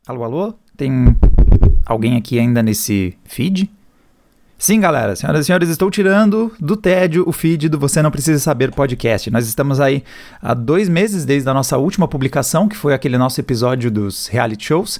Alô, alô? Tem alguém aqui ainda nesse feed? Sim, galera, senhoras e senhores, estou tirando do tédio o feed do Você Não Precisa Saber podcast. Nós estamos aí há 2 meses desde a nossa última publicação, que foi aquele nosso episódio dos reality shows,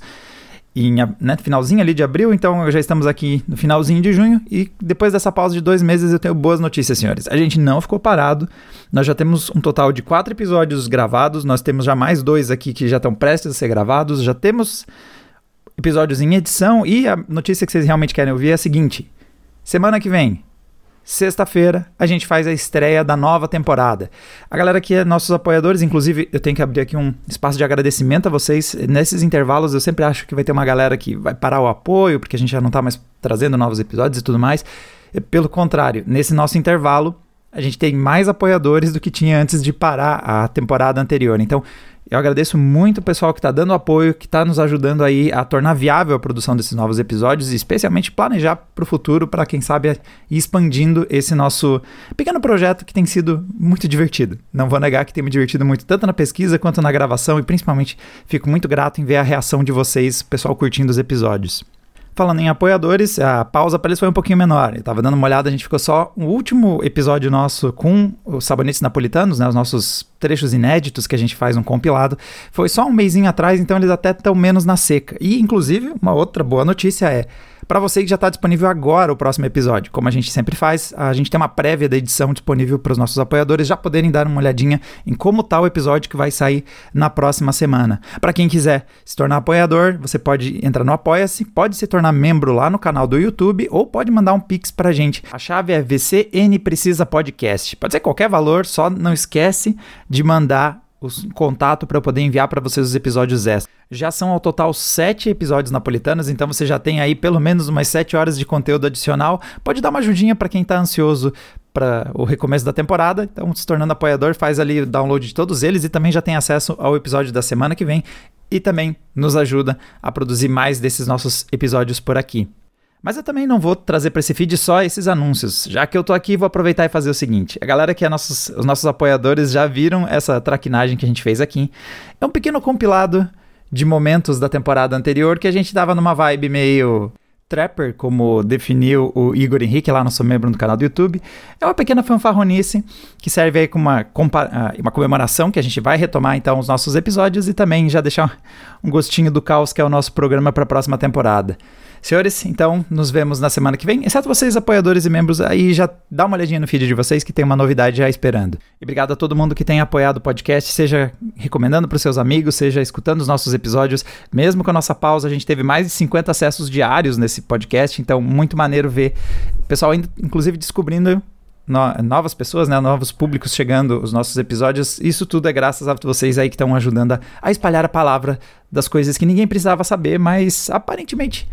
finalzinho ali de abril, então já estamos aqui no finalzinho de junho, e depois dessa pausa de 2 meses eu tenho boas notícias, senhores. A gente não ficou parado, nós já temos um total de 4 episódios gravados, nós temos já mais 2 aqui que já estão prestes a ser gravados, já temos episódios em edição, e a notícia que vocês realmente querem ouvir é a seguinte: semana que vem, sexta-feira, a gente faz a estreia da nova temporada. A galera que é nossos apoiadores, inclusive eu tenho que abrir aqui um espaço de agradecimento a vocês. Nesses intervalos eu sempre acho que vai ter uma galera que vai parar o apoio, porque a gente já não está mais trazendo novos episódios e tudo mais. Pelo contrário, nesse nosso intervalo, a gente tem mais apoiadores do que tinha antes de parar a temporada anterior. Então, eu agradeço muito o pessoal que está dando apoio, que está nos ajudando aí a tornar viável a produção desses novos episódios e especialmente planejar para o futuro, para quem sabe ir expandindo esse nosso pequeno projeto que tem sido muito divertido. Não vou negar que tem me divertido muito, tanto na pesquisa quanto na gravação, e principalmente fico muito grato em ver a reação de vocês, o pessoal curtindo os episódios. Falando em apoiadores, a pausa para eles foi um pouquinho menor. Eu tava dando uma olhada, a gente ficou só o último episódio nosso com os sabonetes napolitanos, né, os nossos trechos inéditos que a gente faz um compilado. Foi só um mesinho atrás, então eles até estão menos na seca. E, inclusive, uma outra boa notícia é, para você que já está disponível agora o próximo episódio, como a gente sempre faz, a gente tem uma prévia da edição disponível para os nossos apoiadores já poderem dar uma olhadinha em como está o episódio que vai sair na próxima semana. Para quem quiser se tornar apoiador, você pode entrar no Apoia-se, pode se tornar membro lá no canal do YouTube ou pode mandar um Pix para a gente. A chave é VCN Precisa Podcast. Pode ser qualquer valor, só não esquece de mandar o contato para eu poder enviar para vocês os episódios extras. Já são ao total 7 episódios napolitanos, então você já tem aí pelo menos umas 7 horas de conteúdo adicional. Pode dar uma ajudinha para quem está ansioso para o recomeço da temporada. Então, se tornando apoiador, faz ali o download de todos eles e também já tem acesso ao episódio da semana que vem e também nos ajuda a produzir mais desses nossos episódios por aqui. Mas eu também não vou trazer para esse feed só esses anúncios. Já que eu tô aqui, vou aproveitar e fazer o seguinte. A galera que é os nossos apoiadores já viram essa traquinagem que a gente fez aqui. É um pequeno compilado de momentos da temporada anterior que a gente tava numa vibe meio trapper, como definiu o Igor Henrique, lá nosso membro do canal do YouTube. É uma pequena fanfarronice que serve aí como uma comemoração que a gente vai retomar então os nossos episódios e também já deixar um gostinho do caos que é o nosso programa para a próxima temporada. Senhores, então nos vemos na semana que vem, exceto vocês apoiadores e membros, aí já dá uma olhadinha no feed de vocês que tem uma novidade já esperando. E obrigado a todo mundo que tem apoiado o podcast, seja recomendando para os seus amigos, seja escutando os nossos episódios. Mesmo com a nossa pausa, a gente teve mais de 50 acessos diários nesse podcast, então muito maneiro ver o pessoal inclusive descobrindo novas pessoas, né, novos públicos chegando os nossos episódios. Isso tudo é graças a vocês aí que estão ajudando a espalhar a palavra das coisas que ninguém precisava saber, mas aparentemente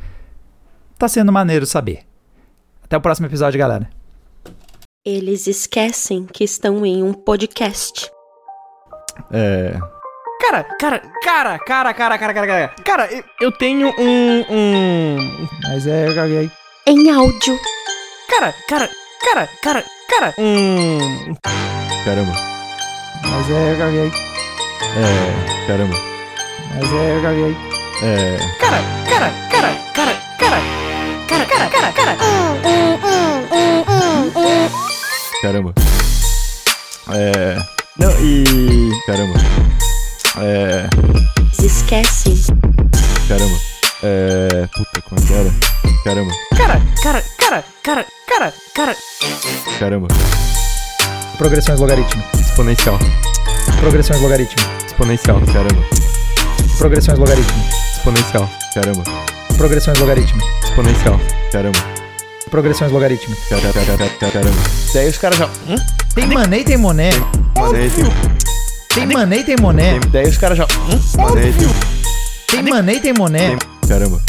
tá sendo maneiro saber. Até o próximo episódio, galera. Eles esquecem que estão em um podcast. Cara, eu tenho Mas eu caguei. Em áudio. Caramba. Mas eu caguei. Caramba. Mas eu caguei. Cara. Caramba. Não, e... Caramba. Eles esquecem. Caramba. Puta, como é que era? Caramba. Caramba. Progressões logaritmo. Exponencial. Progressões logaritmo. Exponencial. Caramba. Progressões logaritmo. Exponencial. Caramba. Progressões logaritmo. Exponencial. Caramba. Progressões logaritmo. Caramba. Daí os caras já... Tem mané e tem moné. Tem mané e tem moné. Daí os caras já... Tem mané e tem moné. Caramba.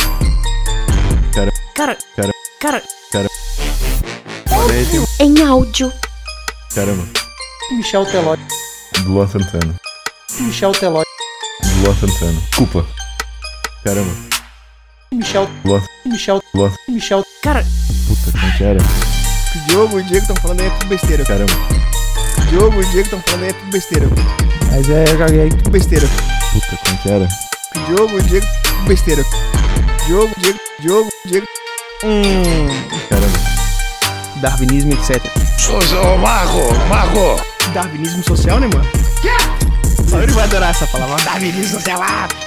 Em áudio. Caramba. Michel Teló. Luan Santana. Michel Teló. Luan Santana. Culpa. Caramba. Michel. Luan. Michel. Cara. Puta, como que era? O Diogo e o Diego estão falando aí é tudo besteira. Caramba. O Diogo e o Diego estão falando aí é tudo besteira. Mas eu caguei. Tudo besteira. Puta, como que era? O Diogo e o Diego... tudo besteira. Diogo. Caramba. Darwinismo, etc. Marco! Darwinismo social, né, mano? Só ele vai adorar essa palavra. Darwinismo social.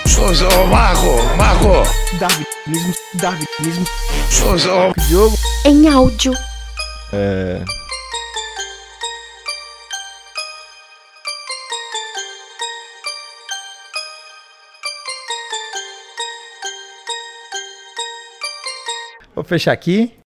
Marco! Darwinismo. Sou Diogo. Em áudio. Vou fechar aqui.